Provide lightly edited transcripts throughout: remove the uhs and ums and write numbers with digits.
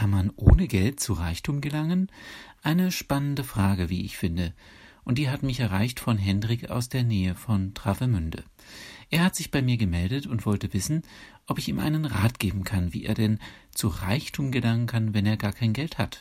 Kann man ohne Geld zu Reichtum gelangen? Eine spannende Frage, wie ich finde. Und die hat mich erreicht von Hendrik aus der Nähe von Travemünde. Er hat sich bei mir gemeldet und wollte wissen, ob ich ihm einen Rat geben kann, wie er denn zu Reichtum gelangen kann, wenn er gar kein Geld hat.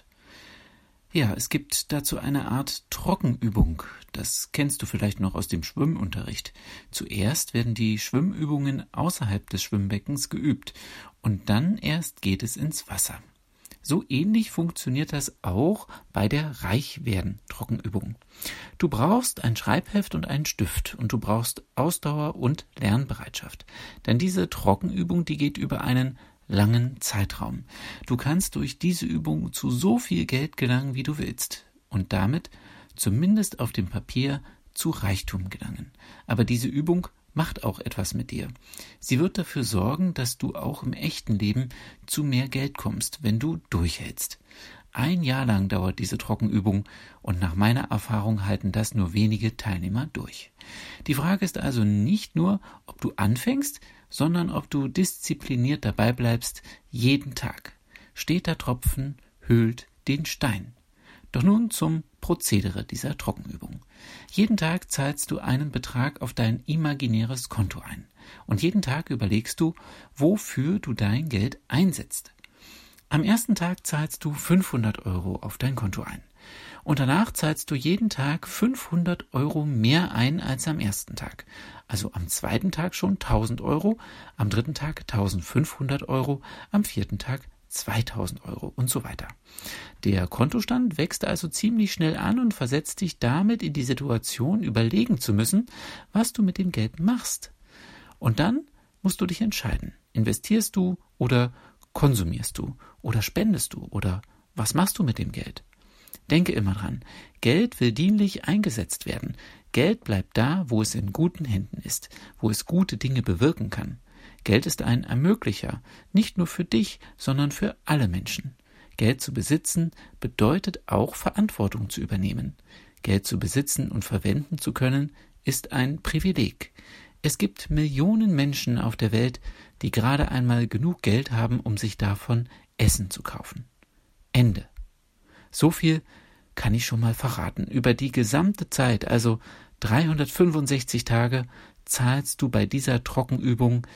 Ja, es gibt dazu eine Art Trockenübung. Das kennst du vielleicht noch aus dem Schwimmunterricht. Zuerst werden die Schwimmübungen außerhalb des Schwimmbeckens geübt und dann erst geht es ins Wasser. So ähnlich funktioniert das auch bei der Reichwerden-Trockenübung. Du brauchst ein Schreibheft und einen Stift und du brauchst Ausdauer und Lernbereitschaft. Denn diese Trockenübung, die geht über einen langen Zeitraum. Du kannst durch diese Übung zu so viel Geld gelangen, wie du willst und damit zumindest auf dem Papier zu Reichtum gelangen. Aber diese Übung macht auch etwas mit dir. Sie wird dafür sorgen, dass du auch im echten Leben zu mehr Geld kommst, wenn du durchhältst. 1 Jahr lang dauert diese Trockenübung und nach meiner Erfahrung halten das nur wenige Teilnehmer durch. Die Frage ist also nicht nur, ob du anfängst, sondern ob du diszipliniert dabei bleibst, jeden Tag. Steter Tropfen höhlt den Stein. Doch nun zum Prozedere dieser Trockenübung. Jeden Tag zahlst du einen Betrag auf dein imaginäres Konto ein. Und jeden Tag überlegst du, wofür du dein Geld einsetzt. Am ersten Tag zahlst du 500 € auf dein Konto ein. Und danach zahlst du jeden Tag 500 € mehr ein als am ersten Tag. Also am zweiten Tag schon 1000 €, am dritten Tag 1500 €, am vierten Tag 2000 € und so weiter. Der Kontostand wächst also ziemlich schnell an und versetzt dich damit in die Situation, überlegen zu müssen, was du mit dem Geld machst. Und dann musst du dich entscheiden. Investierst du oder konsumierst du oder spendest du oder was machst du mit dem Geld? Denke immer dran, Geld will dienlich eingesetzt werden. Geld bleibt da, wo es in guten Händen ist, wo es gute Dinge bewirken kann. Geld ist ein Ermöglicher, nicht nur für dich, sondern für alle Menschen. Geld zu besitzen bedeutet auch Verantwortung zu übernehmen. Geld zu besitzen und verwenden zu können, ist ein Privileg. Es gibt Millionen Menschen auf der Welt, die gerade einmal genug Geld haben, um sich davon Essen zu kaufen. Ende. So viel kann ich schon mal verraten. Über die gesamte Zeit, also 365 Tage, zahlst du bei dieser Trockenübung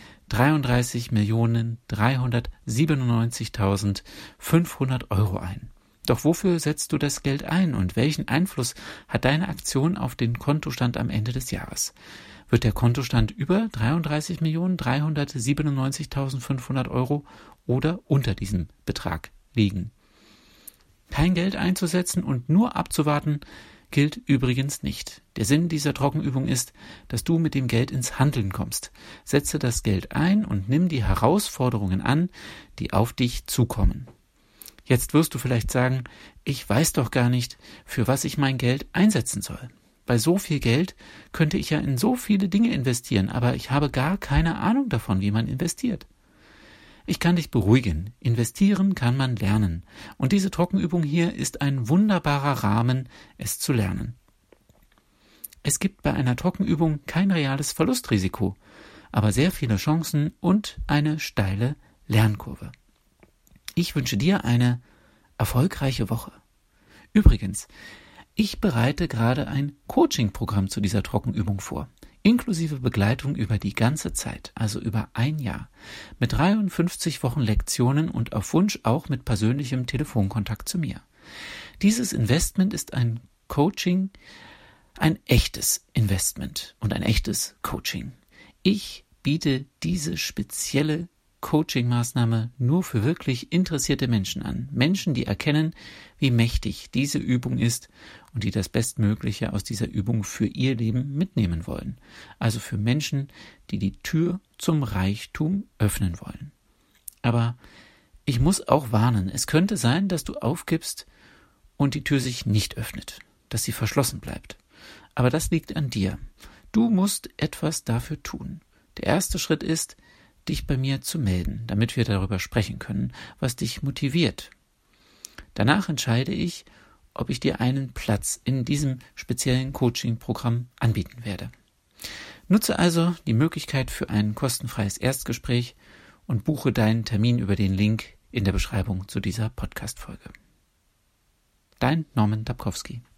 33.397.500 € ein. Doch wofür setzt du das Geld ein und welchen Einfluss hat deine Aktion auf den Kontostand am Ende des Jahres? Wird der Kontostand über 33.397.500 € oder unter diesem Betrag liegen? Kein Geld einzusetzen und nur abzuwarten, gilt übrigens nicht. Der Sinn dieser Trockenübung ist, dass du mit dem Geld ins Handeln kommst. Setze das Geld ein und nimm die Herausforderungen an, die auf dich zukommen. Jetzt wirst du vielleicht sagen, ich weiß doch gar nicht, für was ich mein Geld einsetzen soll. Bei so viel Geld könnte ich ja in so viele Dinge investieren, aber ich habe gar keine Ahnung davon, wie man investiert. Ich kann dich beruhigen. Investieren kann man lernen. Und diese Trockenübung hier ist ein wunderbarer Rahmen, es zu lernen. Es gibt bei einer Trockenübung kein reales Verlustrisiko, aber sehr viele Chancen und eine steile Lernkurve. Ich wünsche dir eine erfolgreiche Woche. Übrigens, ich bereite gerade ein Coaching-Programm zu dieser Trockenübung vor. Inklusive Begleitung über die ganze Zeit, also über 1 Jahr, mit 53 Wochen Lektionen und auf Wunsch auch mit persönlichem Telefonkontakt zu mir. Dieses Investment ist ein Coaching, ein echtes Investment und ein echtes Coaching. Ich biete diese spezielle Coaching-Maßnahme nur für wirklich interessierte Menschen an. Menschen, die erkennen, wie mächtig diese Übung ist und die das Bestmögliche aus dieser Übung für ihr Leben mitnehmen wollen. Also für Menschen, die die Tür zum Reichtum öffnen wollen. Aber ich muss auch warnen, es könnte sein, dass du aufgibst und die Tür sich nicht öffnet, dass sie verschlossen bleibt. Aber das liegt an dir. Du musst etwas dafür tun. Der erste Schritt ist, dich bei mir zu melden, damit wir darüber sprechen können, was dich motiviert. Danach entscheide ich, ob ich dir einen Platz in diesem speziellen Coaching-Programm anbieten werde. Nutze also die Möglichkeit für ein kostenfreies Erstgespräch und buche deinen Termin über den Link in der Beschreibung zu dieser Podcast-Folge. Dein Norman Dabkowski.